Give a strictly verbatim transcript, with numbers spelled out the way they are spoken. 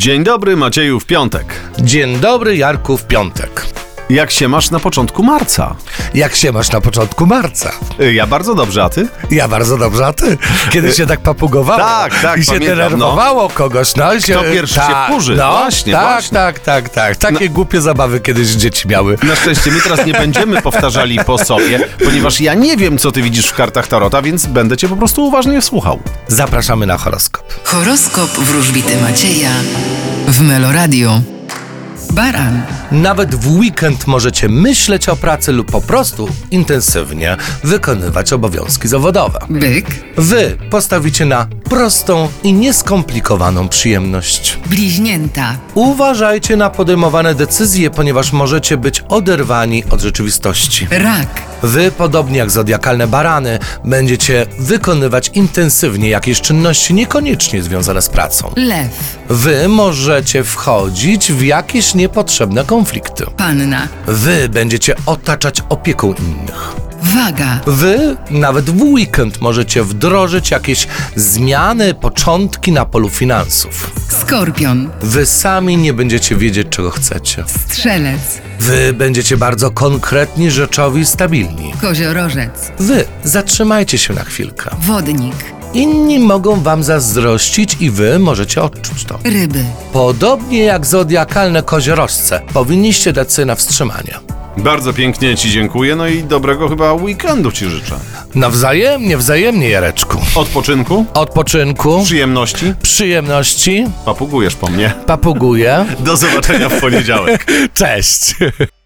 Dzień dobry, Macieju, w piątek. Dzień dobry, Jarku, w piątek. Jak się masz na początku marca? Jak się masz na początku marca? Ja bardzo dobrze, a ty? Ja bardzo dobrze, a ty? Kiedy się tak papugowało Tak, tak, i się pamiętam, denerwowało kogoś, no i się... Kto pierwszy się wkurzy? No, Właśnie, tak, właśnie. tak, tak, tak. Takie głupie zabawy kiedyś dzieci miały. Na szczęście my teraz nie będziemy powtarzali po sobie, ponieważ ja nie wiem, co ty widzisz w kartach Tarota, więc będę cię po prostu uważnie słuchał. Zapraszamy na horoskop. Horoskop wróżbity Macieja w Meloradio. Baran. Nawet w weekend możecie myśleć o pracy lub po prostu intensywnie wykonywać obowiązki zawodowe. Byk. Wy postawicie na prostą i nieskomplikowaną przyjemność. Bliźnięta. Uważajcie na podejmowane decyzje, ponieważ możecie być oderwani od rzeczywistości. Rak. Wy, podobnie jak zodiakalne barany, będziecie wykonywać intensywnie jakieś czynności niekoniecznie związane z pracą. Lew. Wy możecie wchodzić w jakieś niepotrzebne konflikty. Panna. Wy będziecie otaczać opieką innych. Waga. Wy nawet w weekend możecie wdrożyć jakieś zmiany, początki na polu finansów. Skorpion. Wy sami nie będziecie wiedzieć, czego chcecie. Strzelec. Wy będziecie bardzo konkretni, rzeczowi i stabilni. Koziorożec. Wy zatrzymajcie się na chwilkę. Wodnik. Inni mogą wam zazdrościć i wy możecie odczuć to. Ryby. Podobnie jak zodiakalne koziorożce, powinniście dać sobie na wstrzymanie. Bardzo pięknie ci dziękuję, no i dobrego chyba weekendu ci życzę. Nawzajemnie, wzajemnie, Jareczku. Odpoczynku, Odpoczynku, przyjemności, przyjemności, papugujesz po mnie. papuguję. Do zobaczenia w poniedziałek. Cześć!